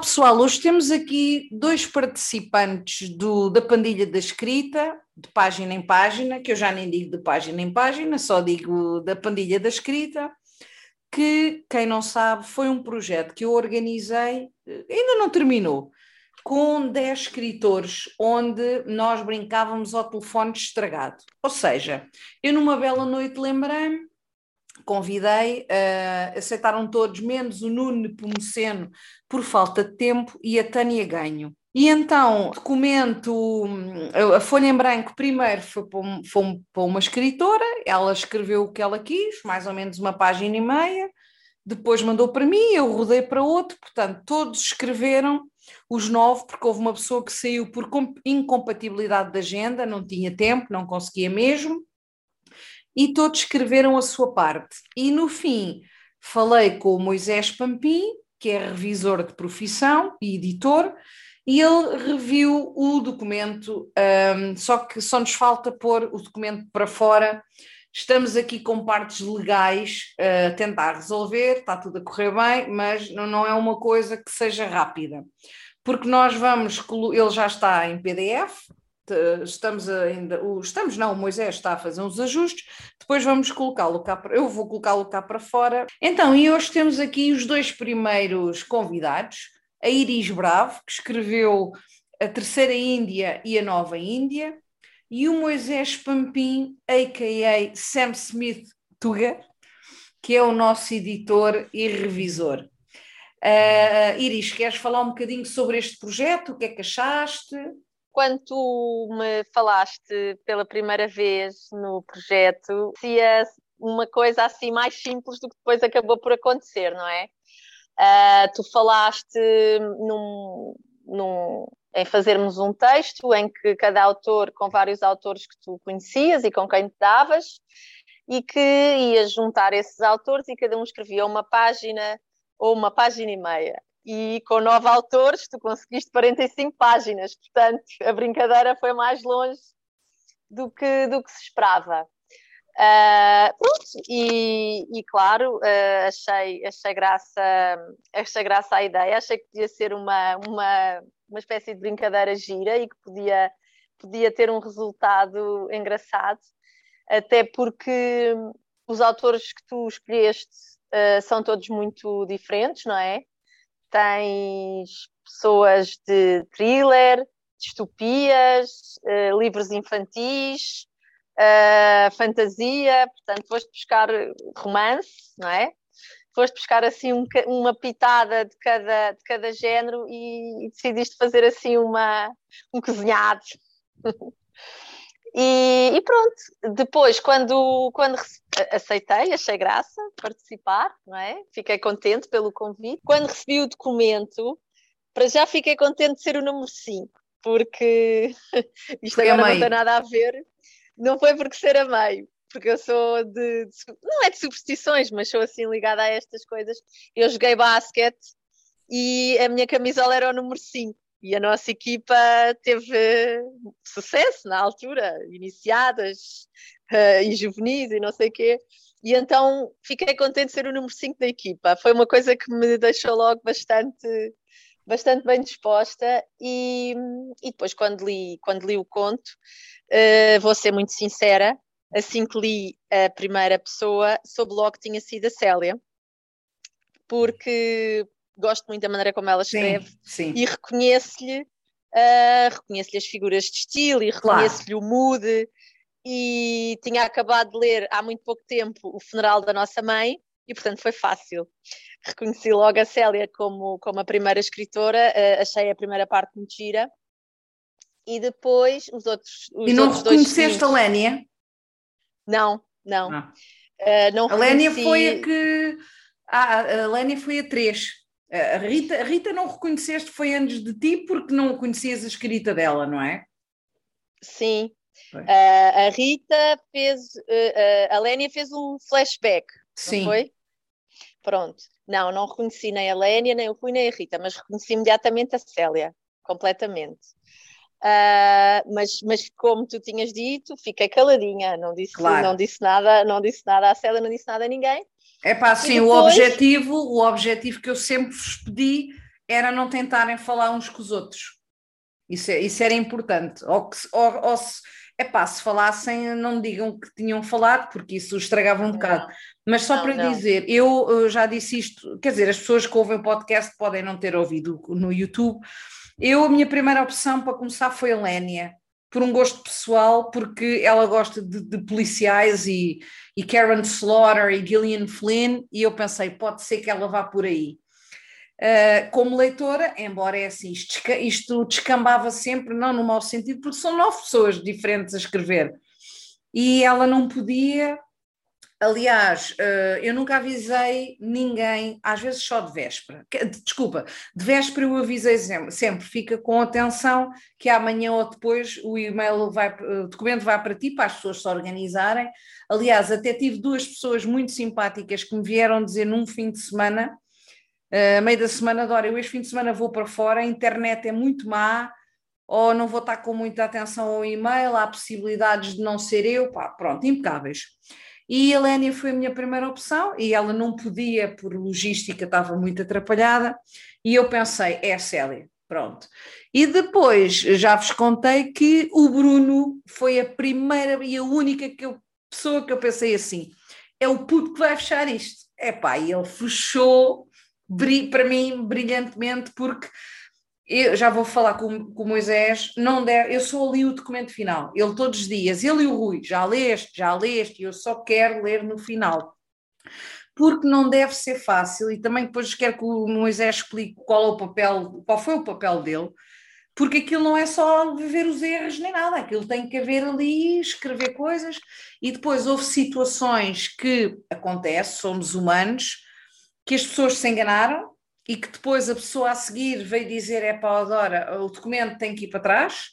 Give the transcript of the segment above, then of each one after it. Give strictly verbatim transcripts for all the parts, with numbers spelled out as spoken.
pessoal, hoje temos aqui dois participantes do, da Pandilha da Escrita, de página em página, que eu já nem digo de página em página, só digo da Pandilha da Escrita, que, quem não sabe, foi um projeto que eu organizei, ainda não terminou, com dez escritores, onde nós brincávamos ao telefone estragado. Ou seja, eu numa bela noite lembrei-me, convidei, uh, aceitaram todos, menos o Nuno Nepomuceno, por falta de tempo, e a Tânia Ganho. E então, documento, a folha em branco, primeiro foi para, um, foi para uma escritora, ela escreveu o que ela quis, mais ou menos uma página e meia, depois mandou para mim, eu rodei para outro, portanto, todos escreveram, os nove, porque houve uma pessoa que saiu por incompatibilidade de agenda, não tinha tempo, não conseguia mesmo, e todos escreveram a sua parte. E no fim falei com o Moisés Pampim, que é revisor de profissão e editor, e ele reviu o documento, um, só que só nos falta pôr o documento para fora. Estamos aqui com partes legais a uh, tentar resolver, está tudo a correr bem, mas não, não é uma coisa que seja rápida, porque nós vamos, ele já está em P D F, estamos ainda, estamos não, o Moisés está a fazer uns ajustes, depois vamos colocá-lo cá, eu vou colocá-lo cá para fora. Então, e hoje temos aqui os dois primeiros convidados, a Iris Bravo, que escreveu A Terceira Índia e a Nova Índia, e o Moisés Pampim, a k a. Sam Smith Tuga, que é o nosso editor e revisor. Uh, Iris, queres falar um bocadinho sobre este projeto? O que é que achaste? Quando tu me falaste pela primeira vez no projeto, parecia uma coisa assim mais simples do que depois acabou por acontecer, não é? Uh, tu falaste num, num, em fazermos um texto em que cada autor, com vários autores que tu conhecias e com quem te davas, e que ias juntar esses autores e cada um escrevia uma página ou uma página e meia. E com nove autores tu conseguiste quarenta e cinco páginas, portanto a brincadeira foi mais longe do que, do que se esperava. Uh, pronto, e, e claro, uh, achei, achei, graça, achei graça à ideia, achei que podia ser uma, uma, uma espécie de brincadeira gira e que podia, podia ter um resultado engraçado, até porque os autores que tu escolheste uh, são todos muito diferentes, não é? Tens pessoas de thriller, distopias, uh, livros infantis, uh, fantasia, portanto foste buscar romance, não é? Foste buscar assim um, uma pitada de cada, de cada género e, e decidiste fazer assim uma, um cozinhado. E, e pronto, depois quando, quando aceitei, achei graça participar, não é? Fiquei contente pelo convite. Quando recebi o documento, para já fiquei contente de ser o número cinco, porque isto foi agora não tem nada a ver, não foi porque ser a meio, porque eu sou de, de, não é de superstições, mas sou assim ligada a estas coisas. Eu joguei basquete e a minha camisola era o número cinco. E a nossa equipa teve sucesso na altura, iniciadas uh, e juvenis e não sei o quê. E então fiquei contente de ser o número cinco da equipa. Foi uma coisa que me deixou logo bastante, bastante bem disposta. E, e depois, quando li, quando li o conto, uh, vou ser muito sincera, assim que li a primeira pessoa, soube logo que tinha sido a Célia. Porque gosto muito da maneira como ela escreve, sim, sim. E reconheço-lhe uh, reconheço-lhe as figuras de estilo e reconheço-lhe claro. O mood, e tinha acabado de ler há muito pouco tempo O Funeral da Nossa Mãe e portanto foi fácil. Reconheci logo a Célia como, como a primeira escritora, uh, achei a primeira parte muito gira e depois os outros os E não outros reconheceste dois a Lénia? Não, não. Ah. Uh, não a Lénia reconheci... foi a que... Ah, a Lénia foi a três. A Rita, a Rita não reconheceste, foi antes de ti, porque não conhecias a escrita dela, não é? Sim. Uh, a Rita fez... Uh, uh, a Lénia fez um flashback, Sim. Não foi? Pronto. Não, não reconheci nem a Lénia, nem o Rui, nem a Rita, mas reconheci imediatamente a Célia, completamente. Uh, mas, mas como tu tinhas dito, fiquei caladinha, não disse, claro. não disse nada, não disse nada à Célia, não disse nada a ninguém. É pá, sim, depois... o, objetivo, o objetivo que eu sempre vos pedi era não tentarem falar uns com os outros. Isso, é, isso era importante. Ou, que, ou, ou se, epá, se falassem, não digam que tinham falado, porque isso estragava um bocado. Não, Mas só não, para não. dizer, eu, eu já disse isto, quer dizer, as pessoas que ouvem o podcast podem não ter ouvido no YouTube. Eu, a minha primeira opção para começar foi a Lénia, por um gosto pessoal, porque ela gosta de, de policiais e, e Karen Slaughter e Gillian Flynn, e eu pensei, pode ser que ela vá por aí. Uh, como leitora, embora é assim, isto, isto descambava sempre, não no mau sentido, porque são nove pessoas diferentes a escrever, e ela não podia, aliás, uh, eu nunca avisei ninguém, às vezes só de véspera, desculpa, de véspera eu avisei sempre, sempre, fica com atenção que amanhã ou depois o e-mail vai, o documento vai para ti, para as pessoas se organizarem. Aliás, até tive duas pessoas muito simpáticas que me vieram dizer num fim de semana, Uh, meio da semana, Dora, eu este fim de semana vou para fora, a internet é muito má, ou não vou estar com muita atenção ao e-mail, há possibilidades de não ser eu, pá, pronto, impecáveis. E a Lénia foi a minha primeira opção, e ela não podia, por logística, estava muito atrapalhada, e eu pensei, é a Célia, pronto. E depois, já vos contei que o Bruno foi a primeira e a única que eu, pessoa que eu pensei assim, é o puto que vai fechar isto. Epá, e ele fechou para mim brilhantemente, porque eu já vou falar com, com o Moisés, não deve, eu sou ali o documento final, ele todos os dias, ele e o Rui, já leste, já leste, e eu só quero ler no final, porque não deve ser fácil, e também depois quero que o Moisés explique qual é o papel, qual foi o papel dele, porque aquilo não é só viver os erros nem nada, aquilo tem que haver ali, escrever coisas, e depois houve situações que acontecem, somos humanos, que as pessoas se enganaram e que depois a pessoa a seguir veio dizer, é para a Dora, o documento tem que ir para trás,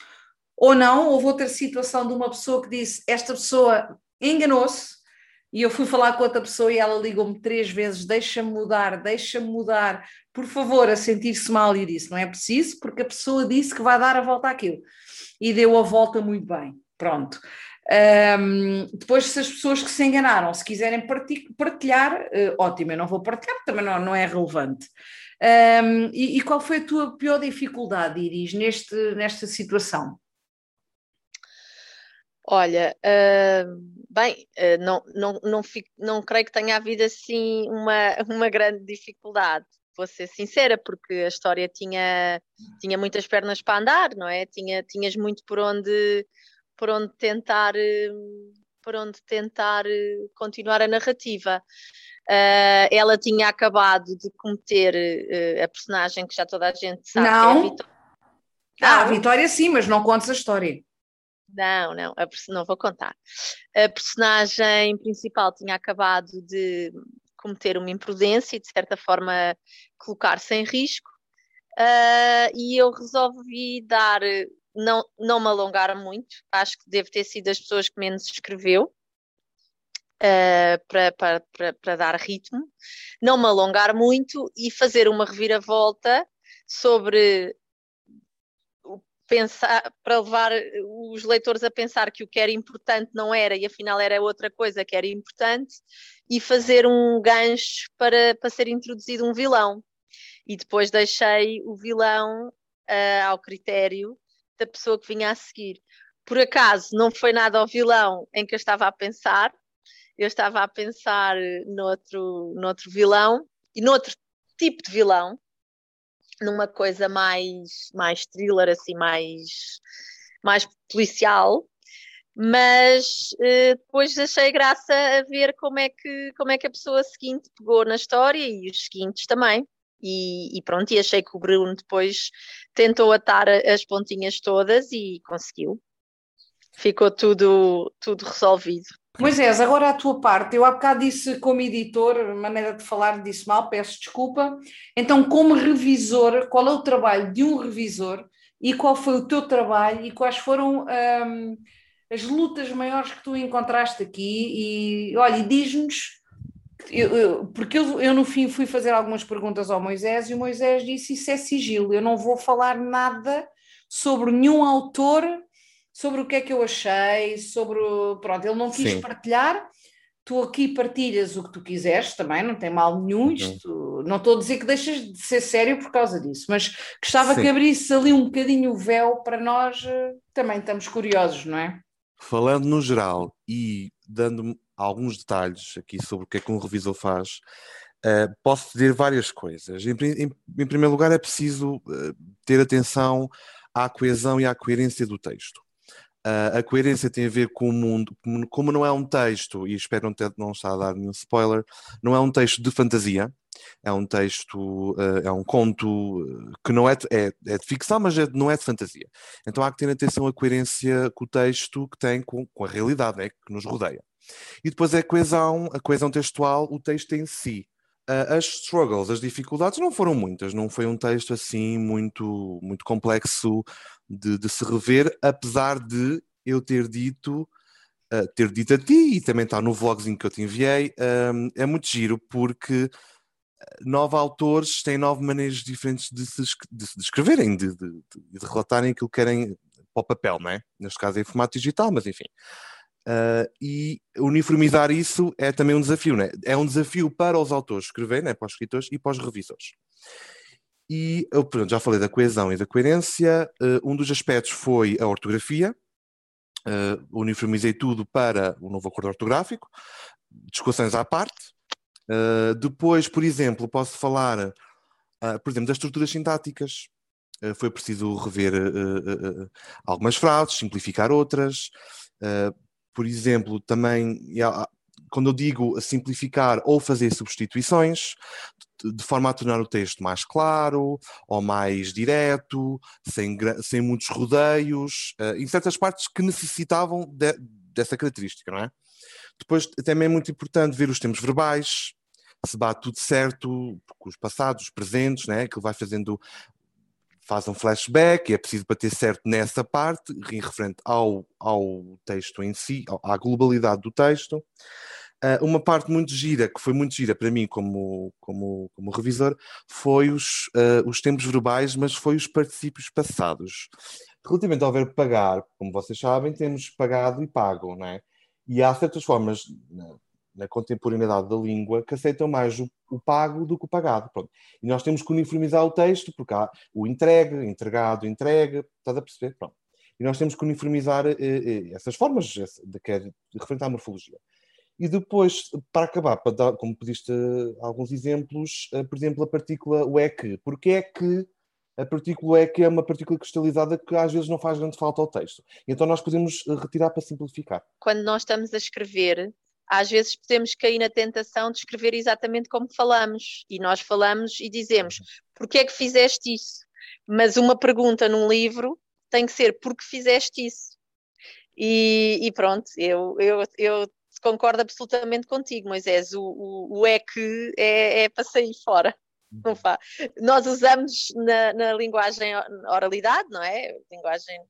ou não, houve outra situação de uma pessoa que disse, esta pessoa enganou-se, e eu fui falar com outra pessoa e ela ligou-me três vezes, deixa-me mudar, deixa-me mudar, por favor, a sentir-se mal, e eu disse, não é preciso, porque a pessoa disse que vai dar a volta àquilo, e deu a volta muito bem, pronto. Um, depois, se as pessoas que se enganaram, se quiserem partilhar, uh, ótimo, eu não vou partilhar, porque também não, não é relevante. Um, e, e qual foi a tua pior dificuldade, Iris, neste, nesta situação? Olha, uh, bem, uh, não, não, não, fico, não creio que tenha havido assim uma, uma grande dificuldade, vou ser sincera, porque a história tinha, tinha muitas pernas para andar, não é? Tinha, tinhas muito por onde por onde tentar, por onde tentar continuar a narrativa. Uh, ela tinha acabado de cometer uh, a personagem que já toda a gente sabe não. que é a Vitória. Ah, a Vitória sim, mas não contes a história. Não, não, a, não vou contar. A personagem principal tinha acabado de cometer uma imprudência e de certa forma colocar-se em risco, uh, e eu resolvi dar... Não, não me alongar muito, acho que deve ter sido das pessoas que menos escreveu, uh, para, para, para, para dar ritmo, não me alongar muito e fazer uma reviravolta sobre pensar, para levar os leitores a pensar que o que era importante não era e afinal era outra coisa que era importante, e fazer um gancho para, para ser introduzido um vilão. E depois deixei o vilão uh, ao critério da pessoa que vinha a seguir. Por acaso, não foi nada ao vilão em que eu estava a pensar, eu estava a pensar noutro, noutro vilão, e noutro tipo de vilão, numa coisa mais, mais thriller, assim, mais, mais policial, mas uh, depois achei graça a ver como é, que, como é que a pessoa seguinte pegou na história, e os seguintes também. E, e pronto, e achei que o Bruno depois tentou atar as pontinhas todas e conseguiu. Ficou tudo, tudo resolvido. Moisés, agora a tua parte. Eu há bocado disse como editor, maneira de falar, disse mal, peço desculpa. Então, como revisor, qual é o trabalho de um revisor e qual foi o teu trabalho e quais foram hum, as lutas maiores que tu encontraste aqui? E olha, diz-nos... Eu, eu, porque eu, eu no fim fui fazer algumas perguntas ao Moisés e o Moisés disse, isso é sigilo, eu não vou falar nada sobre nenhum autor, sobre o que é que eu achei, sobre, pronto, ele não quis Sim. partilhar, tu aqui partilhas o que tu quiseres também, não tem mal nenhum isto, não estou a dizer que deixas de ser sério por causa disso, mas gostava Sim. que abrisse ali um bocadinho o véu para nós, eh, também estamos curiosos, não é? Falando no geral e dando alguns detalhes aqui sobre o que é que um revisor faz, uh, posso dizer várias coisas. Em, em, em primeiro lugar, é preciso uh, ter atenção à coesão e à coerência do texto. Uh, a coerência tem a ver com o mundo, como, como não é um texto, e espero não, ter, não estar a dar nenhum spoiler, não é um texto de fantasia, é um texto, uh, é um conto uh, que não é, é, é de ficção, mas é, não é de fantasia. Então há que ter atenção à coerência com o texto que tem com, com a realidade, né, que nos rodeia. E depois é a coesão, a coesão textual, o texto em si. Uh, as struggles, as dificuldades não foram muitas, não foi um texto assim muito, muito complexo de, de se rever, apesar de eu ter dito, uh, ter dito a ti, e também está no vlogzinho que eu te enviei, um, é muito giro, porque nove autores têm nove maneiras diferentes de se, de se escreverem, de, de, de relatarem aquilo que querem para o papel, não é? Neste caso é em formato digital, mas enfim. Uh, e uniformizar isso é também um desafio, né? É um desafio para os autores escreverem, né? Para os escritores e para os revisores. E eu pronto, já falei da coesão e da coerência. Uh, um dos aspectos foi a ortografia. Uh, uniformizei tudo para o novo acordo ortográfico, discussões à parte. Uh, depois, por exemplo, posso falar, uh, por exemplo, das estruturas sintáticas. Uh, foi preciso rever uh, uh, uh, algumas frases, simplificar outras. Uh, Por exemplo, também, quando eu digo simplificar ou fazer substituições, de forma a tornar o texto mais claro ou mais direto, sem, sem muitos rodeios, em certas partes que necessitavam de, dessa característica, não é? Depois, também é muito importante ver os tempos verbais, se bate tudo certo, com os passados, os presentes, né? Que vai fazendo... faz um flashback, e é preciso bater certo nessa parte, em referente ao, ao texto em si, à globalidade do texto. Uh, uma parte muito gira, que foi muito gira para mim como, como, como revisor, foi os, uh, os tempos verbais, mas foi os particípios passados. Relativamente ao verbo pagar, como vocês sabem, temos pagado e pago, não é? E há certas formas... na contemporaneidade da língua, que aceitam mais o, o pago do que o pagado. Pronto. E nós temos que uniformizar o texto, porque há o entregue, entregado, entregue, estás a perceber? Pronto. E nós temos que uniformizar eh, eh, essas formas, de, que é de referente à morfologia. E depois, para acabar, para dar, como pediste alguns exemplos, eh, por exemplo, a partícula o é que. Porque é que a partícula é que é uma partícula cristalizada que às vezes não faz grande falta ao texto. Então nós podemos retirar para simplificar. Quando nós estamos a escrever, às vezes podemos cair na tentação de escrever exatamente como falamos. E nós falamos e dizemos, porquê é que fizeste isso? Mas uma pergunta num livro tem que ser, por que fizeste isso? E, e pronto, eu, eu, eu concordo absolutamente contigo, Moisés. O, o, o é que é, é para sair fora. Não faz. Nós usamos na, na linguagem oralidade, não é? Linguagem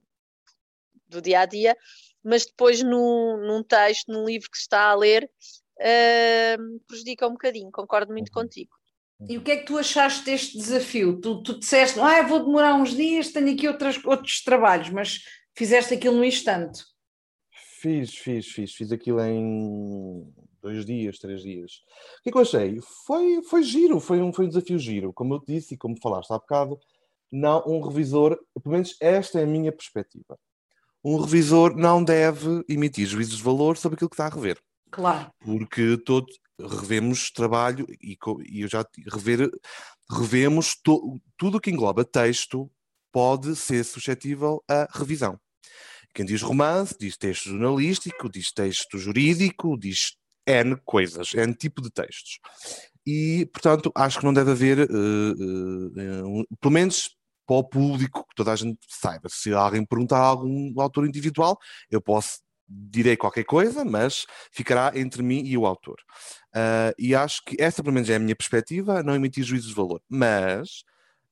do dia a dia, mas depois num, num texto, num livro que se está a ler, uh, prejudica um bocadinho. Concordo muito uhum. contigo. E o que é que tu achaste deste desafio? Tu, tu disseste, ah, eu vou demorar uns dias, tenho aqui outras, outros trabalhos, mas fizeste aquilo no instante. Fiz, fiz, fiz. Fiz aquilo em dois dias, três dias. O que é que eu achei? Foi, foi giro, foi um, foi um desafio giro. Como eu te disse e como falaste há bocado, não um revisor, pelo menos esta é a minha perspectiva. Um revisor não deve emitir juízos de valor sobre aquilo que está a rever. Claro. Porque todos revemos trabalho e, e eu já rever, revemos to, tudo o que engloba texto pode ser suscetível a revisão. Quem diz romance, diz texto jornalístico, diz texto jurídico, diz N coisas, N tipo de textos. E, portanto, acho que não deve haver, uh, uh, um, pelo menos para o público, que toda a gente saiba. Se alguém perguntar a algum autor individual, eu posso, direi qualquer coisa, mas ficará entre mim e o autor. Uh, e acho que essa, pelo menos, é a minha perspectiva, não emitir juízos de valor. Mas,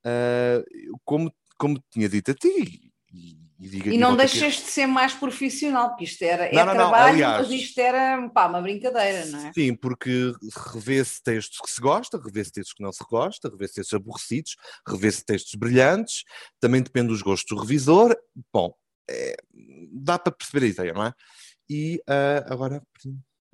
uh, como, como tinha dito a ti, e, e, diga, e não deixas que... de ser mais profissional, porque isto era, não, é não, trabalho, não, aliás, mas isto era pá, uma brincadeira, não é? Sim, porque revê-se textos que se gosta, revê-se textos que não se gosta, revê-se textos aborrecidos, revê-se textos brilhantes, também depende dos gostos do revisor. Bom, é, dá para perceber a ideia, não é? E uh, agora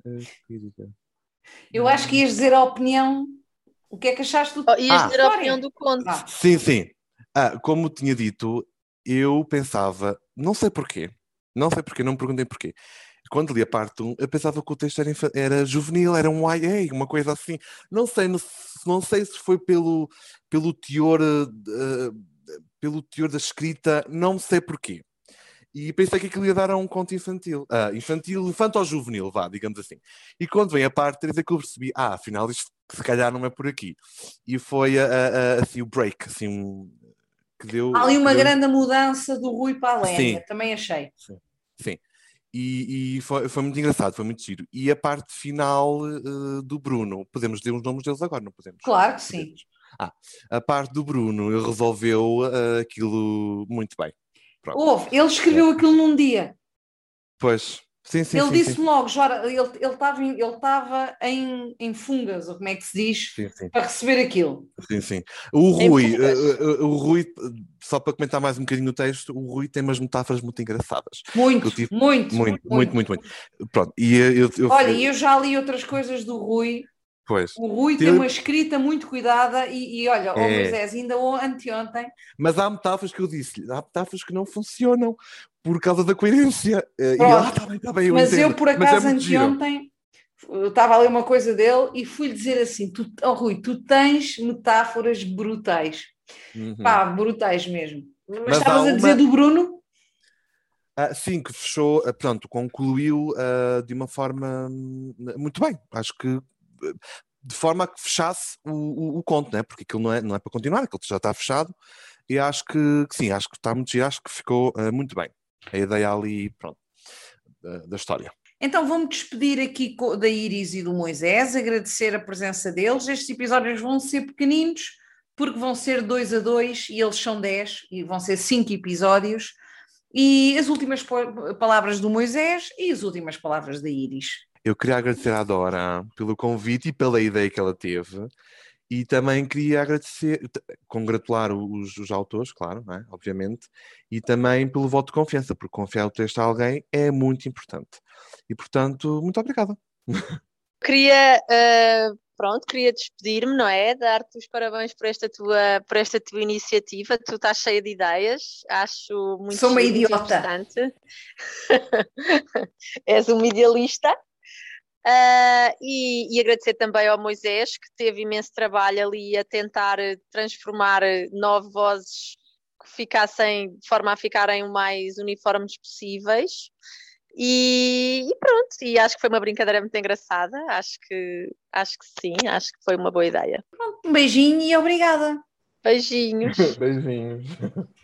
Eu acho que ias dizer a opinião. O que é que achaste do... Oh, ias Ah. dizer a opinião do conto. Ah. Sim, sim. Ah, como tinha dito, eu pensava, não sei porquê, não sei porquê, não me perguntem porquê. Quando li a parte um, eu pensava que o texto era, infa- era juvenil, era um Y A, uma coisa assim. Não sei, não, não sei se foi pelo, pelo teor, eh, eh, pelo teor da escrita, não sei porquê. E pensei que aquilo ia dar a um conto infantil. Ah, infantil, infanto-juvenil, vá, digamos assim. E quando vem a parte três é que eu percebi, ah, afinal isto se calhar não é por aqui. E foi a, a- a- assim, o break, assim, um- que deu... Há ali uma que deu- grande mudança do Rui para a Lénia, Sim. também achei. Sim, sim. E, e foi, foi muito engraçado, foi muito giro. E a parte final eh, do Bruno, podemos dizer os nomes deles agora, não podemos? Claro que sim. Podemos. Ah, a parte do Bruno, ele resolveu eh, aquilo muito bem. Pronto. Houve, ele escreveu aquilo num dia. Pois, sim, sim, Ele sim, disse-me sim. logo, Jora, ele ele estava em, ele estava em, em fungas, ou como é que se diz, Sim, sim. para receber aquilo. Sim, sim. O Em Rui, fugas. eh, eh, o Rui, eh, só para comentar mais um bocadinho o texto, o Rui tem umas metáforas muito engraçadas. Muito, Que eu tive muito, muito, muito. muito, muito, muito. Pronto, e eh, eu, eu, Olha, e eu já li outras coisas do Rui. pois, O Rui tem Teve- uma escrita muito cuidada e, e olha, ó É. Moisés, ainda on- anteontem, mas há metáforas que eu disse-lhe, há metáforas que não funcionam por causa da coerência. Eh, E ele, Pronto. ah, está bem, está bem, eu mas entendo. eu por Mas é acaso muito giro. anteontem eu estava a ler uma coisa dele e fui-lhe dizer assim, tu, oh, Rui, tu tens metáforas brutais. Uhum. Pá, brutais mesmo. Mas, Mas estavas há a dizer uma- do Bruno? Ah, sim, que fechou, ah, pronto, concluiu ah, de uma forma hum, muito bem. Acho que ah, de forma a que fechasse o, o, o conto, né? Porque aquilo não é, não é para continuar, aquilo já está fechado. E acho que, que sim, acho que está muito giro, acho que ficou ah, muito bem. A ideia ali, pronto, da, da história. Então vou-me despedir aqui co- da Iris e do Moisés, agradecer a presença deles. Estes episódios vão ser pequeninos, porque vão ser dois a dois e eles são dez, e vão ser cinco episódios. E as últimas po- palavras do Moisés e as últimas palavras da Iris. Eu queria agradecer à Dora pelo convite e pela ideia que ela teve. E também queria agradecer, t- congratular os, os autores, claro, não é? Obviamente, e também pelo voto de confiança, porque confiar o texto a alguém é muito importante. E, portanto, muito obrigada. Queria, eh, pronto, queria despedir-me, não é? Dar-te os parabéns por esta tua, por esta tua iniciativa. Tu estás cheia de ideias, acho muito Sou uma giro, muito idiota. interessante. És uma idealista. Ah, e, e agradecer também ao Moisés, que teve imenso trabalho ali a tentar eh, transformar eh, nove vozes que ficassem, de forma a ficarem o mais uniformes possíveis. E, e pronto, e acho que foi uma brincadeira muito engraçada, acho que, acho que sim, acho que foi uma boa ideia. Um beijinho e obrigada. Beijinhos. Beijinhos.